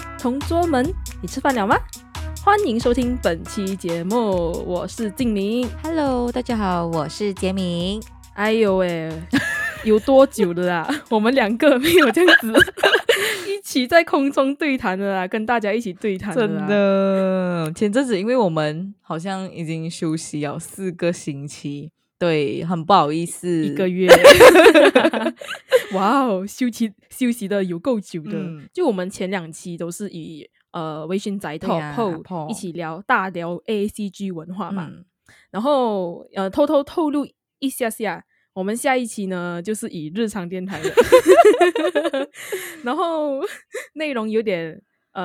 同桌们，你吃饭了吗？欢迎收听本期节目，我是静明。 Hello， 大家好，我是杰明。 哎呦喂，有多久了啦？我们两个没有这样子一起在空中对谈了啦，跟大家一起对谈了啦。 真的，前阵子因为我们好像已经休息了4个星期，对，很不好意思 ，1个月哇哦，休息的有够久的。就我们前2期都是以微醺宅 Talk 一起大聊 AACG 文化嘛，然后偷偷透露一下下，我们下一期呢就是以日常电台的然后内容有点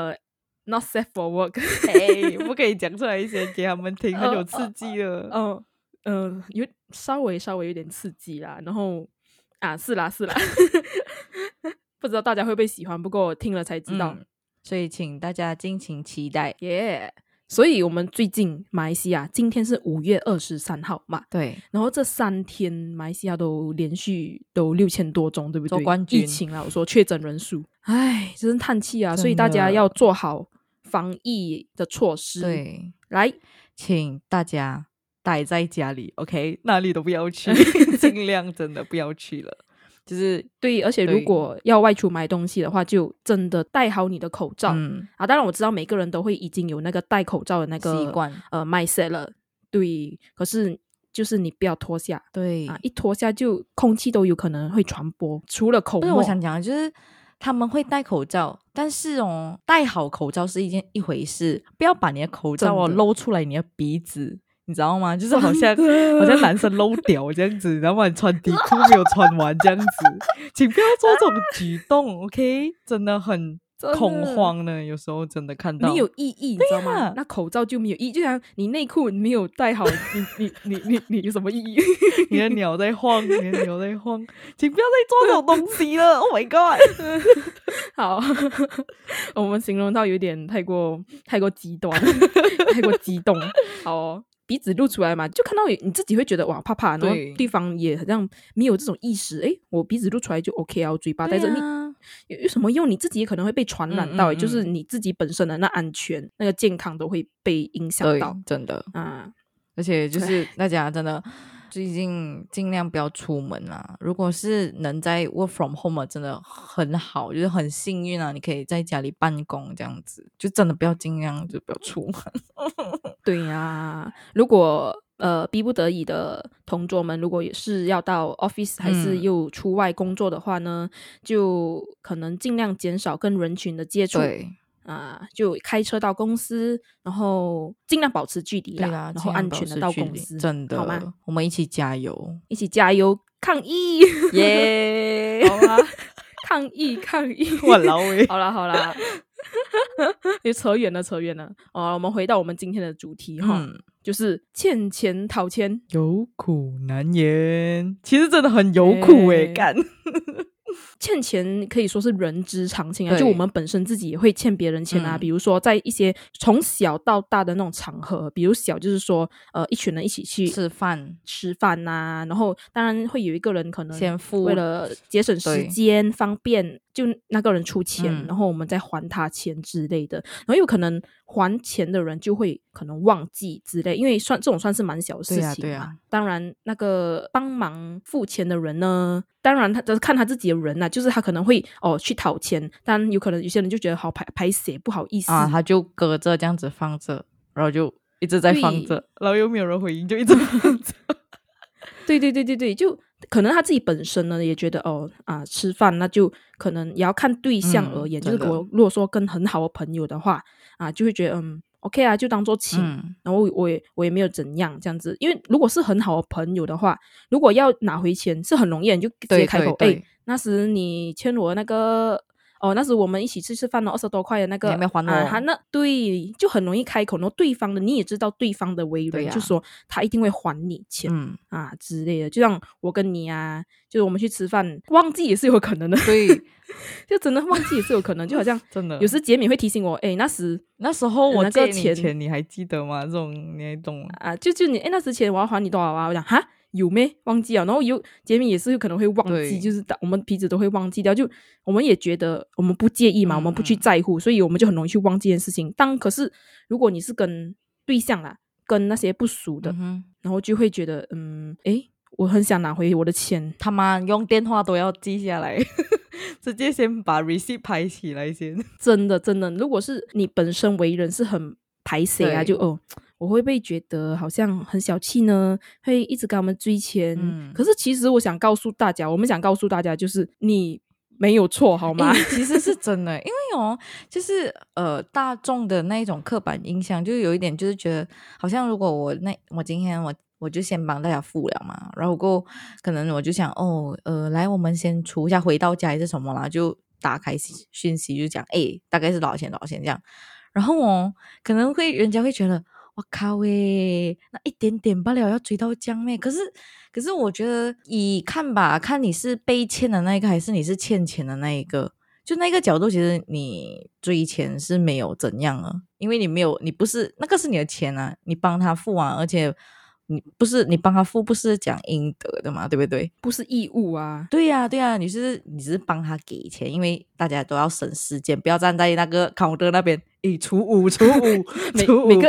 not safe for work 不可以讲出来一些给他们听，很有刺激的。 有稍微有点刺激啦，然后是啦不知道大家会不会喜欢，不过听了才知道， 所以请大家敬请期待耶。所以我们最近马来西亚今天是5月23号嘛， 对， 然后这3天马来西亚都连续都6000多宗，对不对？ 做冠军疫情啦，我说确诊人数，唉，真是叹气啊！所以大家要做好防疫的措施。 对， 来， 请大家待在家里 ，OK， 哪里都不要去尽量真的不要去了。就是对，而且如果要外出买东西的话，就真的戴好你的口罩。当然我知道每个人都会已经有那个戴口罩的那个习惯 mindset 了，对，可是就是你不要脱下， 对一脱下就空气都有可能会传播。除了口沫， 我想讲的就是他们会戴口罩，但是戴好口罩是一回事，不要把你的口罩露出来你的鼻子，你知道吗？就是好像男生露屌这样子，然后你穿底裤没有穿完这样子请不要做这种举动OK， 真的很恐慌呢，有时候真的看到没有意义，你知道吗？那口罩就没有意义，就像你内裤没有戴好你有什么意义你的鸟在晃请不要再做这种东西了Oh my god 好我们形容到有点太过极端太过激动。好鼻子露出来嘛，就看到你自己会觉得哇怕怕，然后对方也好像没有这种意识，我鼻子露出来就 OK 啊，我嘴巴戴着，你有什么用？你自己也可能会被传染到，就是你自己本身的那安全那个健康都会被影响到， 真的而且就是大家真的最近尽量不要出门啦，如果是能在 work from home 真的很好，就是很幸运啊，你可以在家里办公这样子，就真的不要尽量就不要出门对呀，如果逼不得已的同桌们，如果也是要到 office 还是又出外工作的话呢，就可能尽量减少跟人群的接触，对就开车到公司，然后尽量保持距离啦，然后安全的到公司， 真的好吗？我们一起加油抗疫耶好啊抗疫我老欸好啦又扯远了我们回到我们今天的主题就是欠钱讨钱有苦难言，其实真的很有苦干欠钱可以说是人之常情就我们本身自己也会欠别人钱比如说在一些从小到大的那种场合，比如小就是说一群人一起去吃饭然后当然会有一个人可能先付， 为了节省时间方便就那个人出钱然后我们再还他钱之类的，然后有可能还钱的人就会可能忘记之类，因为这种算是蛮小的事情嘛当然那个帮忙付钱的人呢，当然他看他自己的人就是他可能会去讨钱，但有可能有些人就觉得好排泄不好意思他就搁着这样子放着，然后就一直在放着，然后又没有人回应就一直放着对，就可能他自己本身呢也觉得吃饭那就可能也要看对象而言就是如果说跟很好的朋友的话就会觉得OK 就当做请然后我也没有怎样这样子，因为如果是很好的朋友的话，如果要拿回钱是很容易，你就直接开口那时你欠我那个那时我们一起吃饭20多块的那个你还没还我那对就很容易开口，然后对方的你也知道对方的为人就说他一定会还你钱之类的，就像我跟你就是我们去吃饭忘记也是有可能的对就真的忘记也是有可能就好像真的有时杰米会提醒我那时候我借你钱你还记得吗？这种你还懂就你那时钱我要还你多少我讲哈有没忘记了，然后杰明也是有可能会忘记，就是我们彼此都会忘记掉，就我们也觉得我们不介意嘛，我们不去在乎，所以我们就很容易去忘记这件事情。可是如果你是跟对象啦，跟那些不熟的，然后就会觉得我很想拿回我的钱， 他妈用电话都要记下来直接先把 receipt 拍起来先。 真的如果是你本身为人是很排谁啊，就我会不会觉得好像很小气呢？会一直跟他们追钱。可是其实我们想告诉大家就是你没有错好吗？ 其实是真的，因为就是大众的那一种刻板印象，就有一点就是觉得好像如果我今天我就先帮大家付了嘛，然后可能我就想来我们先出一下回到家还是什么啦，就打开讯息就讲大概是多少钱这样，然后可能人家会觉得我靠那一点点罢了要追到这样咩？可是我觉得看你是被欠的那一个还是你是欠钱的那一个，就那个角度其实你追钱是没有怎样啊，因为你不是那个是你的钱啊，你帮他付啊，而且你帮他付不是讲应得的嘛，对不对？ 不是义务啊。 对呀，你只是帮他给钱，因为大家都要省时间，不要站在那个 counter 那边除五每个我没有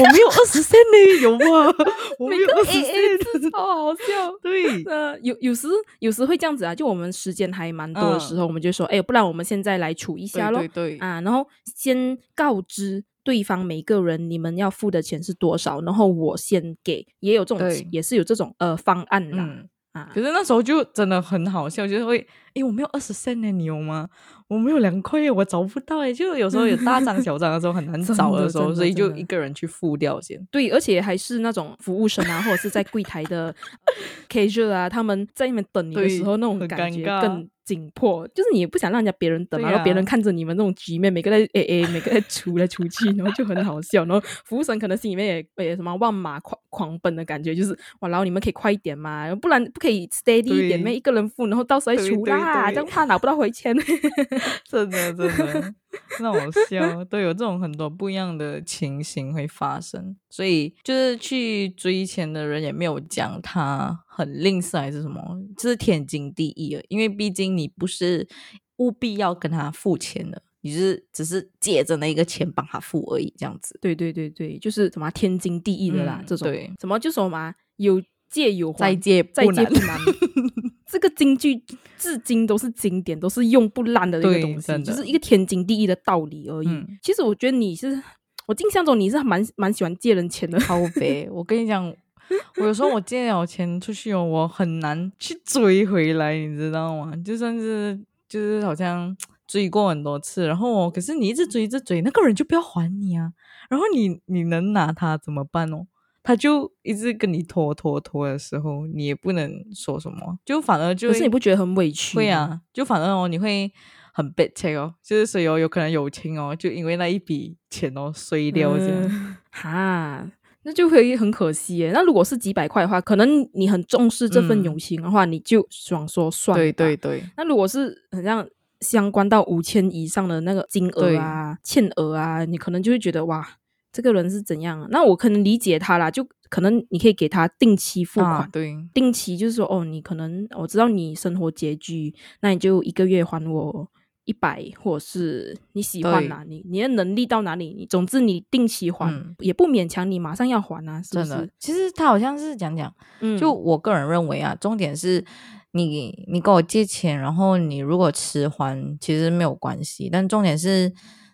20 cent 呢，有吗？我没有20 cent， 超好笑。 对， 有时会这样子啊，就我们时间还蛮多的时候，我们就说不然我们现在来处一下咯。 对啊，然后先告知对方每个人你们要付的钱是多少，然后我先给，也是有这种方案啦。 可是那时候就真的很好笑，就是会我没有20 cent 呢，你有吗？我没有2块，我找不到就有时候有大张小张的时候很难找的时候所以就一个人去付掉先。 对，而且还是那种服务生啊或者是在柜台的cashier 啊，他们在那边等你的时候那种感觉更紧迫，就是你也不想让别人等嘛，然后别人看着你们那种局面，每个在每个在出来出去，然后就很好笑。然后服务生可能心里面也什么万马狂奔的感觉，就是哇，然后你们可以快一点嘛，不然不可以 steady 一点，一个人付，然后到时候再出啦，这样怕拿不到回钱。 真的那好笑，都有这种很多不一样的情形会发生，所以就是去追钱的人也没有讲他很吝啬还是什么，这是天经地义的，因为毕竟你不是务必要跟他付钱的，你只是借着那个钱帮他付而已，这样子。 对，就是什么天经地义的啦，这种对什么就什么有借有还， 再借不难。 这个金句至今都是经典，都是用不烂的一个东西，就是一个天经地义的道理而已。其实我觉得我印象中你是蛮喜欢借人钱的。 靠北，我跟你讲，我有时候我借了钱出去我很难去追回来，你知道吗？就算是就是好像追过很多次，然后可是你一直追那个人就不要还你啊，然后你能拿他怎么办哦？他就一直跟你拖的时候，你也不能说什么，就反而就可是你不觉得很委屈？ 会啊，就反而你会很悲切就是所以有可能友情就因为那一笔钱碎掉这样。 那就会很可惜耶。那如果是几百块的话，可能你很重视这份友情的话，你就想说算了。 对。 那如果是很像相关到5000以上的那个金额啊、欠额啊，你可能就会觉得哇，这个人是怎样？那我可能理解他啦，就可能你可以给他定期付款。 对， 定期就是说你可能我知道你生活拮据，那你就1个月还我100，或者是你喜欢哪里，你的能力到哪里，总之你定期还，也不勉强你马上要还啊，是不是？ 真的，其实他好像是讲，就我个人认为啊，重点是你跟我借钱，然后你如果迟还，其实没有关系，但重点是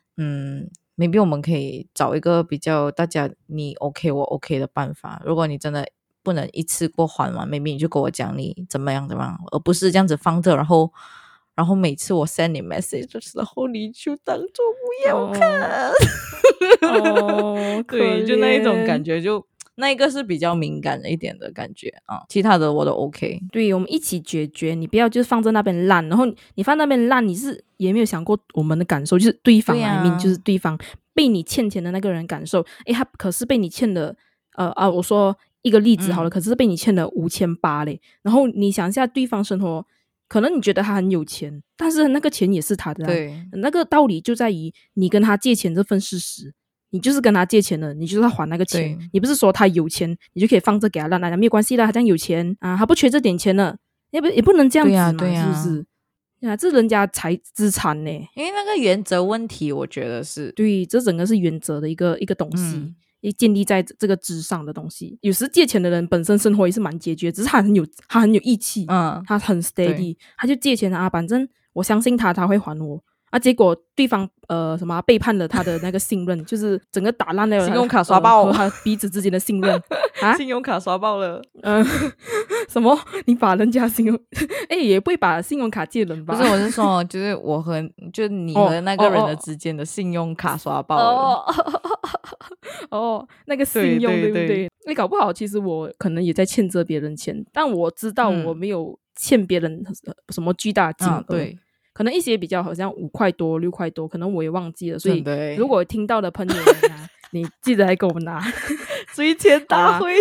maybe 我们可以找一个比较大家你 OK 我 OK 的办法。如果你真的不能一次过还完 maybe 你就跟我讲你怎么样，而不是这样子放着，然后每次我 send 你 message 的时候你就当作不要看。对，就那一种感觉，就那一个是比较敏感一点的感觉啊，其他的我都 OK。 对，我们一起解决，你不要就是放在那边烂，然后你放在那边烂，你是也没有想过我们的感受，就是对方就是对方被你欠钱的那个人感受。他可是被你欠的我说一个例子好了，可是被你欠了5800嘞，然后你想一下对方生活，可能你觉得他很有钱，但是那个钱也是他的对，那个道理就在于你跟他借钱这份事实， 你就是跟他借钱了，你就是要还那个钱，你不是说他有钱你就可以放着给他烂没有关系啦，他这样有钱啊，他不缺这点钱了，也不能这样子嘛， 对啊是不是？这人家财资产呢， 因为那个原则问题，我觉得是对，这整个是原则的一个东西，建立在这个之上的东西。有时借钱的人本身生活也是蛮拮据，只是他很有义气，他很 steady， 他就借钱啊，反正我相信他会还我啊。结果对方背叛了他的那个信任，就是整个打烂了信用卡刷爆和他彼此之间的信任啊， 信用卡刷爆了， 什么？你把人家信用也不会把信用卡借人吧？ 不是，我是说，就是你和那个人的之间的信用卡刷爆了。 那个信用对不对？你搞不好其实我可能也在欠着别人钱，但我知道我没有欠别人什么巨大金额， 对， 可能一些比较好像5块多6块多，可能我也忘记了。所以如果听到的朋友们啊你记得来给我们拿追钱大会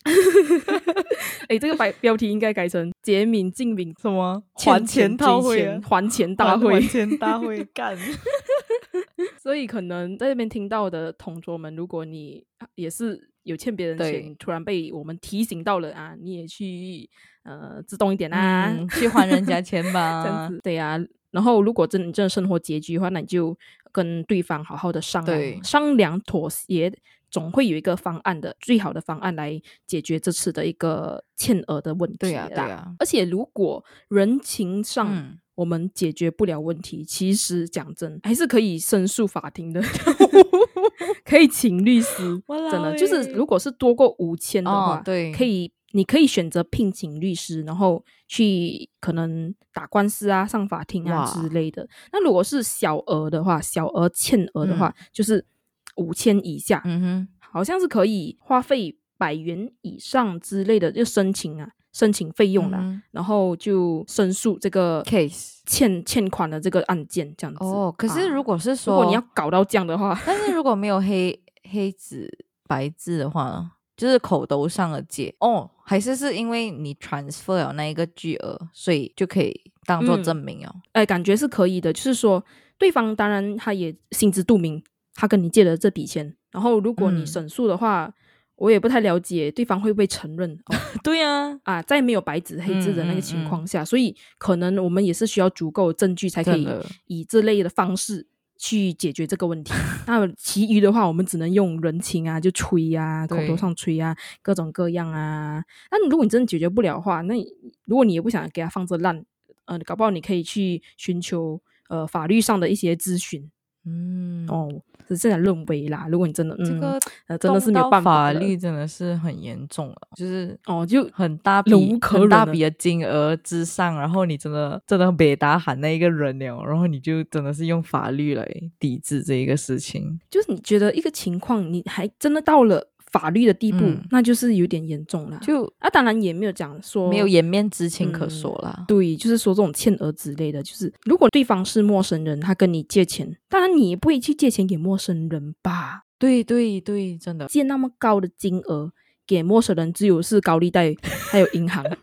这个标题应该改成杰敏静敏什么还钱大会， 还钱大会， 还钱大会干所以可能在这边听到的同桌们，如果你也是有欠别人钱，突然被我们提醒到了啊，你也去自动一点啊， 去还人家钱吧这样子，对啊。然后如果真的生活拮据的话，那你就跟对方好好的商量妥协，总会有一个方案的，最好的方案来解决这次的一个欠额的问题。 对啊。 而且如果人情上我们解决不了问题，其实讲真还是可以申诉法庭的可以请律师真的就是如果是多过5000的话， 对， 你可以选择聘请律师，然后去可能打官司啊，上法庭啊之类的。那如果是小额的话，小额欠额的话，就是5000以下，好像是可以花费100元以上之类的就申请费用啦，然后就申诉这个 case 欠款的这个案件这样子。 可是如果是说如果你要搞到这样的话， 但是如果没有黑纸白字的话，就是口头上的借还是因为你 transfer 了那一个巨额，所以就可以当做证明感觉是可以的，就是说对方当然他也心知肚明，他跟你借了这笔钱，然后如果你申诉的话，我也不太了解对方会不会承认对啊， 在没有白纸黑字的那个情况下，所以可能我们也是需要足够的证据才可以以这类的方式去解决这个问题那其余的话我们只能用人情啊，就吹啊，口头上吹啊，各种各样啊。那如果你真的解决不了的话，那如果你也不想给他放着烂搞不好你可以去寻求法律上的一些咨询是这样认为啦。如果你真的这个真的是没有办法法律真的是很严重了，就是就很大笔很大笔的金额之上，然后你真的别打喊那一个人了，然后你就真的是用法律来抵制这一个事情。 就是你觉得一个情况你还真的到了法律的地步那就是有点严重啦。就当然也没有讲说没有颜面之情可说啦对，就是说这种欠额之类的，就是如果对方是陌生人，他跟你借钱，当然你也不会去借钱给陌生人吧。 对，真的借那么高的金额给陌生人，只有是高利贷还有银行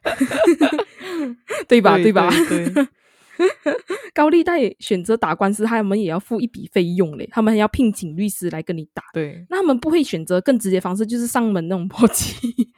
对吧？对高利贷选择打官司，他们也要付一笔费用嘞，他们还要聘请律师来跟你打。 对， 那他们不会选择更直接方式，就是上门那种破契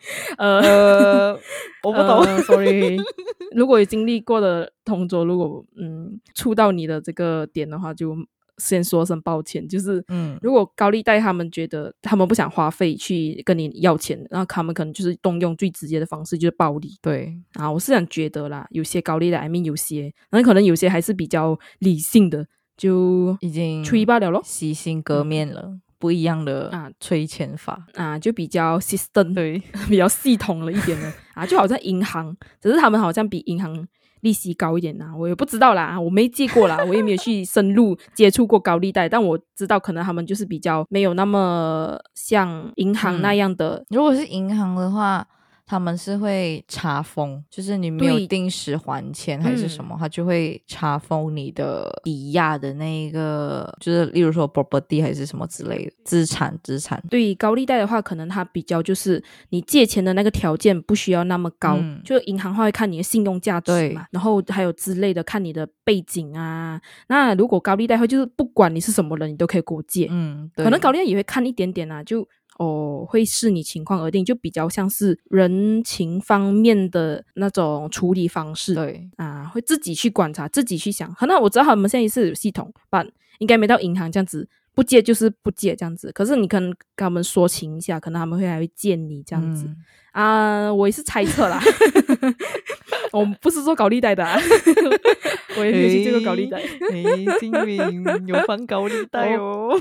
我不懂 sorry 如果有经历过的同桌，如果触到你的这个点的话，就先说声抱歉。就是如果高利贷他们觉得他们不想花费去跟你要钱，然后他们可能就是动用最直接的方式，就是暴力。 对我是想觉得啦，有些高利贷有些，那可能有些还是比较理性的，就已经吹罢了咯， 洗心革面了不一样的催钱法就比较 system 对比较系统了一点的就好像银行，只是他们好像比银行利息高一点我也不知道啦，我没借过啦我也没有去深入接触过高利贷，但我知道可能他们就是比较没有那么像银行那样的如果是银行的话， 他们是会查封，就是你没有定时还钱还是什么，他就会查封你的抵押的那个，就是例如说 property 还是什么之类的资产。 对，高利贷的话可能它比较就是你借钱的那个条件不需要那么高，就银行会看你的信用价值嘛，然后还有之类的看你的背景啊。那如果高利贷会就是不管你是什么人你都可以给我借，可能高利贷也会看一点点啊，就会视你情况而定，就比较像是人情方面的那种处理方式。 对啊，会自己去观察，自己去想。可能我知道他们现在是有系统，但应该没到银行这样子，不借就是不借这样子。可是你可能跟他们说情一下，可能他们还会借你这样子。我也是猜测啦。我不是做高利贷的啊。我也没有去借过高利贷。 精明有放高利贷哦。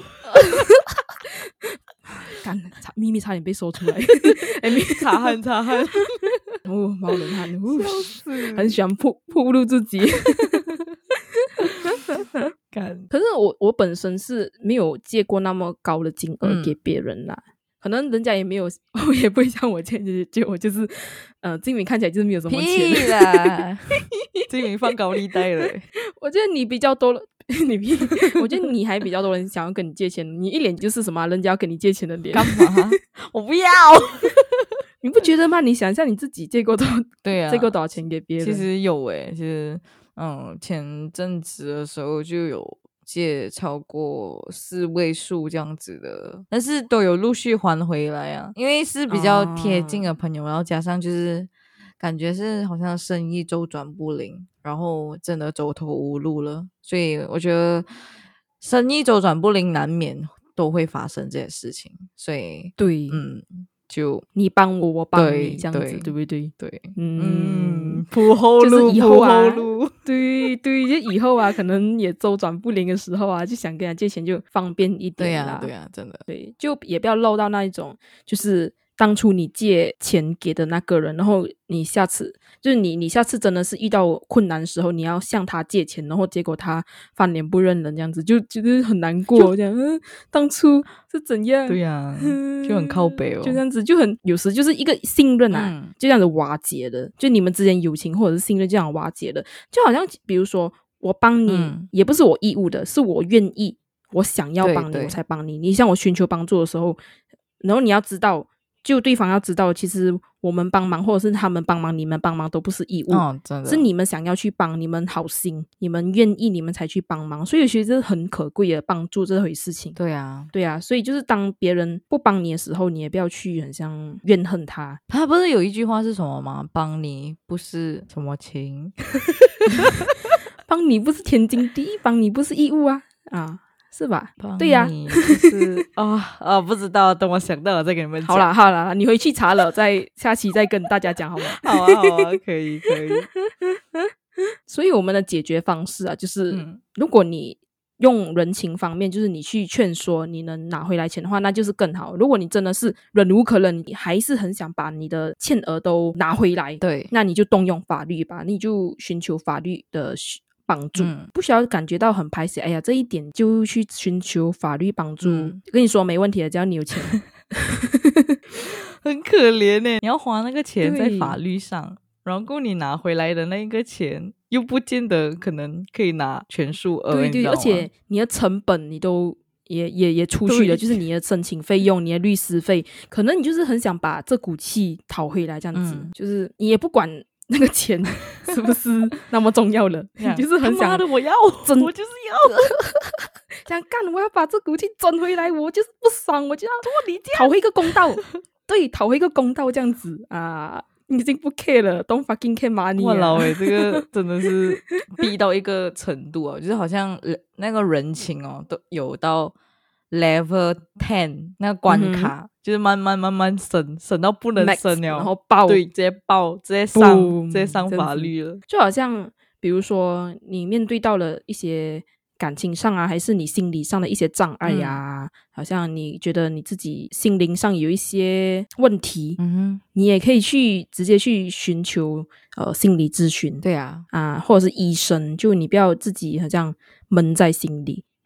秘密差点被说出来。 擦汗冒冷汗， 笑死， 很喜欢暴露自己。可是我本身是没有借过那么高的金额给别人啦。可能人家也没有，也不会像我借我就是精明看起来就是没有什么钱。 屁啦。精明放高利贷了。 我觉得你比较多了。我觉得你还比较多人想要跟你借钱，你一脸就是什么人家要跟你借钱的脸。 干嘛？我不要。 你不觉得吗？你想一下你自己借过多少？ 对啊， 借过多少钱给别人？ 其实有其实前阵子的时候就有借超过4位数这样子的，但是都有陆续还回来啊，因为是比较贴近的朋友，然后加上就是感觉是好像生意周转不灵，然后真的走投无路了，所以我觉得生意周转不灵难免都会发生这些事情，所以对， 就你帮我，我帮你，这样子，对不对？ 对， 铺后路， 就是以后啊， 铺后路。 对，就以后啊，可能也周转不灵的时候啊，就想跟人家借钱就方便一点啦。 对啊，真的， 对，就也不要漏到那一种，就是当初你借钱给的那个人，然后你下次就是你下次真的是遇到困难的时候，你要向他借钱，然后结果他翻脸不认人这样子，就是很难过这样。当初是怎样？ 对啊，就很靠北哦， 就这样子，就很有时就是一个信任啊，就这样子瓦解的，就你们之间友情或者是信任这样瓦解的，就好像比如说我帮你，也不是我义务的，是我愿意，我想要帮你我才帮你。你向我寻求帮助的时候，然后你要知道。就对方要知道，其实我们帮忙或者是他们帮忙你们帮忙都不是义务， 真的是你们想要去帮，你们好心，你们愿意，你们才去帮忙，所以其实这是很可贵的帮助这回事情。 对啊， 所以就是当别人不帮你的时候，你也不要去很像怨恨他。 他不是有一句话是什么吗？帮你不是什么情。 帮你不是天经地义，帮你不是义务啊是吧？对呀， 就是不知道，等我想到了再给你们讲。 好了，你回去查了，下期再跟大家讲好吗？ 好啊，可以。 所以我们的解决方式啊，就是如果你用人情方面，就是你去劝说你能拿回来钱的话，那就是更好。如果你真的是忍无可忍，你还是很想把你的欠额都拿回来， 对， 那你就动用法律吧，你就寻求法律的帮助，不需要感觉到很排斥。哎呀，这一点就去寻求法律帮助。跟你说没问题的，只要你有钱。 很可怜耶，你要花那个钱在法律上，然后你拿回来的那个钱又不见得可能可以拿全数额。 对，而且你的成本你都也出去了，就是你的申请费用，你的律师费，可能你就是很想把这股气讨回来这样子，就是你也不管那个钱是不是那么重要了，你就是很想的我要争， 我就是要想干，我要把这股气争回来，我就是不爽，我就要讨回一个公道。对，讨回一个公道这样子啊，已经不 care 了 ，don't fucking care money。 哇老这个真的是逼到一个程度就是好像那个人情都有到 level 10那个关卡，就是慢慢省到不能省了， 然后爆， 对，直接上法律了。 就好像比如说你面对到了一些感情上啊，还是你心理上的一些障碍啊，好像你觉得你自己心灵上有一些问题，你也可以直接去寻求心理咨询。 对啊， 或者是医生，就你不要自己好像闷在心里，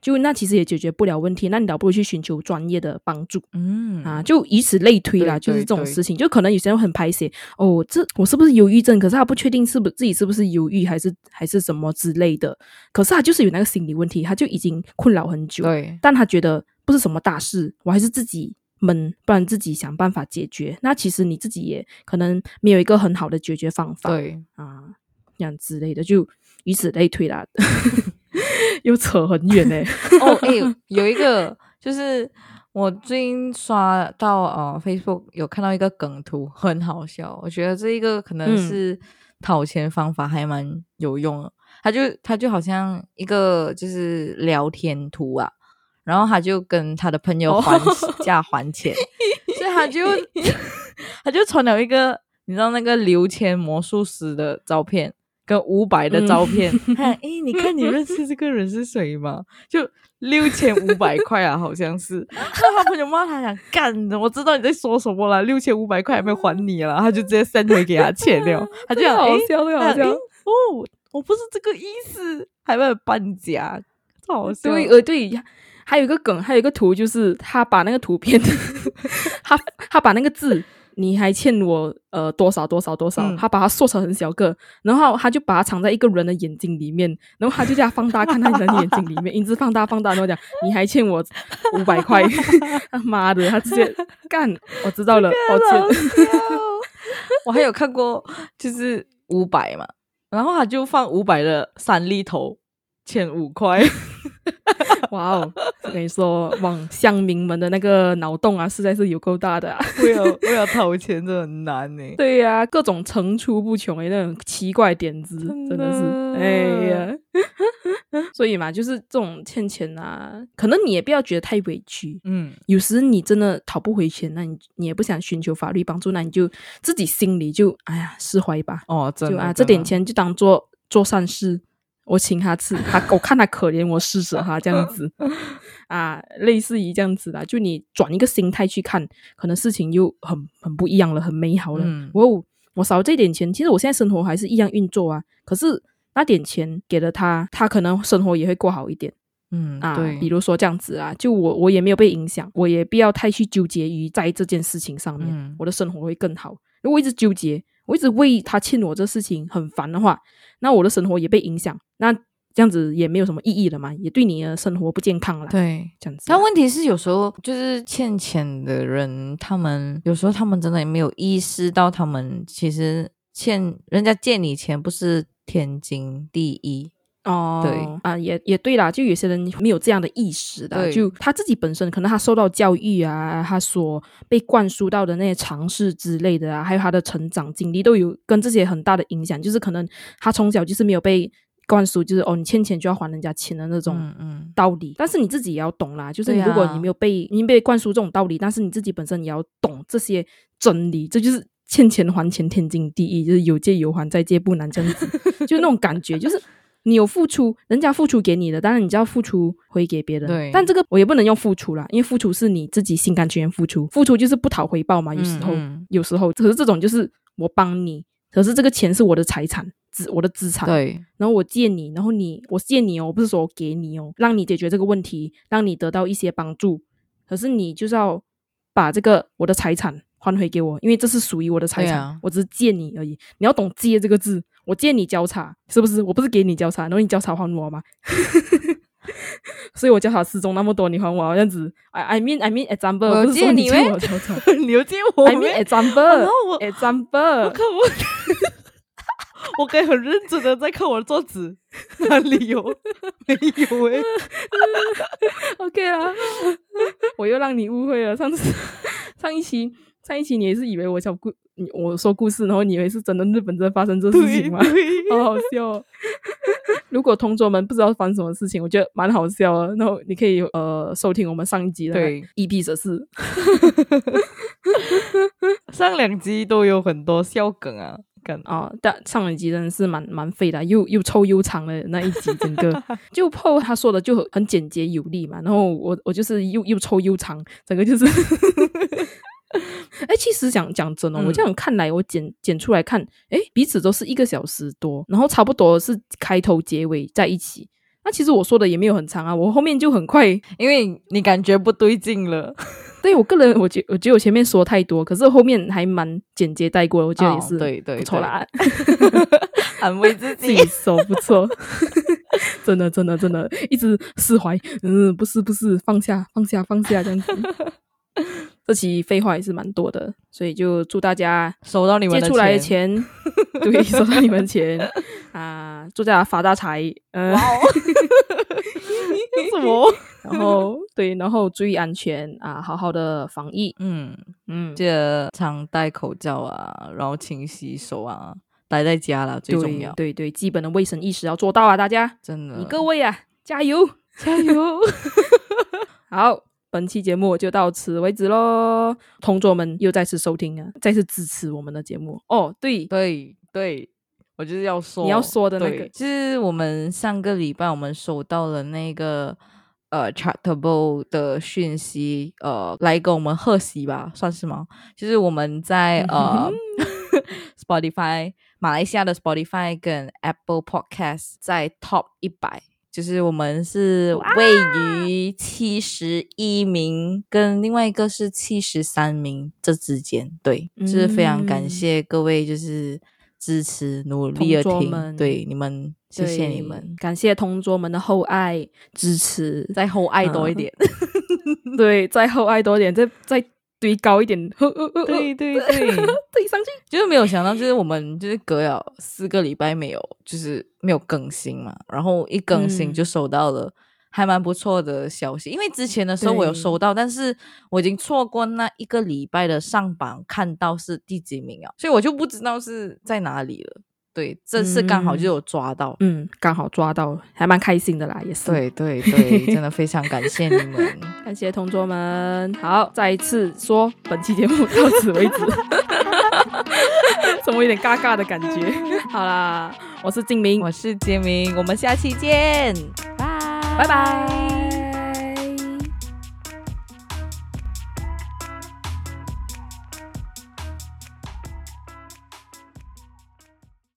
就那其实也解决不了问题，那你倒不如去寻求专业的帮助。就以此类推啦，就是这种事情，就可能有些人很排斥这我是不是忧郁症，可是他不确定自己是不是忧郁还是什么之类的，可是他就是有那个心理问题，他就已经困扰很久， 对， 但他觉得不是什么大事，我还是自己闷，不然自己想办法解决，那其实你自己也可能没有一个很好的解决方法， 对这样之类的，就以此类推啦。又扯很远有一个就是我最近刷到Facebook 有看到一个梗图，很好笑，我觉得这一个可能是讨钱方法还蛮有用的。他就好像一个就是聊天图啊，然后他就跟他的朋友还钱，所以他就传了一个你知道那个刘谦魔术师的照片跟500的照片，你看你认识这个人是谁吗？就6500块啊，好像是。他朋友骂他讲干的，我知道你在说什么啦，6500块还没还你啦，他就直接send回给他钱了。他就讲好笑，好笑我不是这个意思，还没有搬家，好笑。 对，还有一个梗，还有一个图，就是他把那个图片，他把那个字。你还欠我多少多少多少，他把它缩成很小个，然后他就把它藏在一个人的眼睛里面，然后他就叫他放大看他人的眼睛里面，一直放大，然后讲你还欠我500块，他妈的，他直接干，我知道了，抱歉。 我还有看过就是500嘛，然后他就放500的3粒头，欠5块。 哇哦！我跟你说，网乡民们的那个脑洞啊，实在是有够大的啊！ 为了讨钱真的很难欸。 对呀，各种层出不穷那种奇怪点子，真的是哎呀！所以嘛，就是这种欠钱啊，可能你也不要觉得太委屈。有时你真的讨不回钱，那你也不想寻求法律帮助，那你就自己心里就哎呀释怀吧。 真的， 这点钱就当做善事。我请他吃，我看他可怜，我施舍他这样子类似于这样子啦。就你转一个心态去看，可能事情又很不一样了，很美好了。我少这点钱，其实我现在生活还是一样运作啊。可是那点钱给了他可能生活也会过好一点。对，比如说这样子啊，就我也没有被影响，我也不要太去纠结于在这件事情上面，我的生活会更好。如果我一直纠结，我一直为他欠我这事情很烦的话，那我的生活也被影响，那这样子也没有什么意义了嘛，也对你的生活不健康了。 对， 这样子。 但问题是有时候就是欠钱的人，有时候他们真的也没有意识到，他们其实人家借你钱不是天经地义。对也对啦，就有些人没有这样的意识的，就他自己本身可能他受到教育啊，他所被灌输到的那些常识之类的啊，还有他的成长经历都有跟这些很大的影响，就是可能他从小就是没有被灌输就是你欠钱就要还人家钱的那种道理，但是你自己也要懂啦，就是如果你没有被灌输这种道理，但是你自己本身也要懂这些真理，这就是欠钱还钱天经地义，就是有借有还再借不难这样子就那种感觉，就是你有付出，人家付出给你的，当然你就要付出回给别人。 对， 但这个我也不能用付出啦，因为付出是你自己心甘情愿付出，付出就是不讨回报嘛。有时候，可是这种就是我帮你，可是这个钱是我的财产，我的资产。 对， 然后我借你，然后我借你我不是说我给你让你解决这个问题，让你得到一些帮助。可是你就是要把这个我的财产还回给我，因为这是属于我的财产，我只是借你而已。你要懂借这个字。我借你交叉，是不是？我不是给你交叉，然后你交叉还我吗？所以我交叉失踪那么多，你还我这样子。I mean example， 我借你咩？我交叉， 你又借我 ？I mean example， 我可以很认真的在看我的桌子，哪里有？没有欸。 OK 啦，我又让你误会了。上一期你也是以为我说故事，然后你以为是真的日本真的发生这事情吗？好好笑哦。如果同桌们不知道发生什么事情，我觉得蛮好笑的。然后你可以收听我们上一集的 EP14， 上2集都有很多笑梗啊。 但上一集真的是蛮废的，又臭又长的那一集，整个就PO他说的就很简洁有力嘛，然后我就是又臭又长，整个就是其实讲真我这样看来，我剪出来看，彼此都是1个小时多，然后差不多是开头结尾在一起， 那其实我说的也没有很长啊，我后面就很快， 因为你感觉不对劲了。 对我个人，我觉得我前面说太多，可是后面还蛮简洁带过的，我觉得也是不错啦。 安慰自己说不错，真的一直释怀，不是，放下这样子。这期废话也是蛮多的，所以就祝大家收到你们的借出来的钱，对，收到你们的钱啊，祝大家发大财。哇什么？ 然后注意安全啊，好好的防疫。 记得常戴口罩啊，然后勤洗手啊，待在家啦，最重要。 对，基本的卫生意识要做到啊，大家真的， 你各位啊，加油！好。本期节目就到此为止咯，同桌们又再次收听啊，再次支持我们的节目哦。对， 我就是要说你要说的那个， 就是我们上个礼拜我们收到了那个Chartable 的讯息，来跟我们贺喜吧，算是吗？就是我们在Spotify 马来西亚的 Spotify 跟 Apple Podcast 在 Top 100。就是我们是位于71名跟另外一个是73名这之间，对，就是非常感谢各位就是支持努力的听，对你们，谢谢你们， 感谢同桌们的厚爱支持， 再厚爱多一点， 对，再厚爱多一点，再堆高一点， 对对上去， 就是没有想到，就是我们就是隔了4个礼拜没有更新嘛，然后一更新就收到了还蛮不错的消息，因为之前的时候我有收到，但是我已经错过那1个礼拜的上榜，看到是第几名啊，所以我就不知道是在哪里了。对，这次刚好就有抓到， 刚好抓到，还蛮开心的啦，也是。 对，真的非常感谢你们， 感谢同桌们。好，再一次说，本期节目到此为止，怎么有点尬尬的感觉？好啦，我是静明， 我是杰明，我们下期见， 拜拜。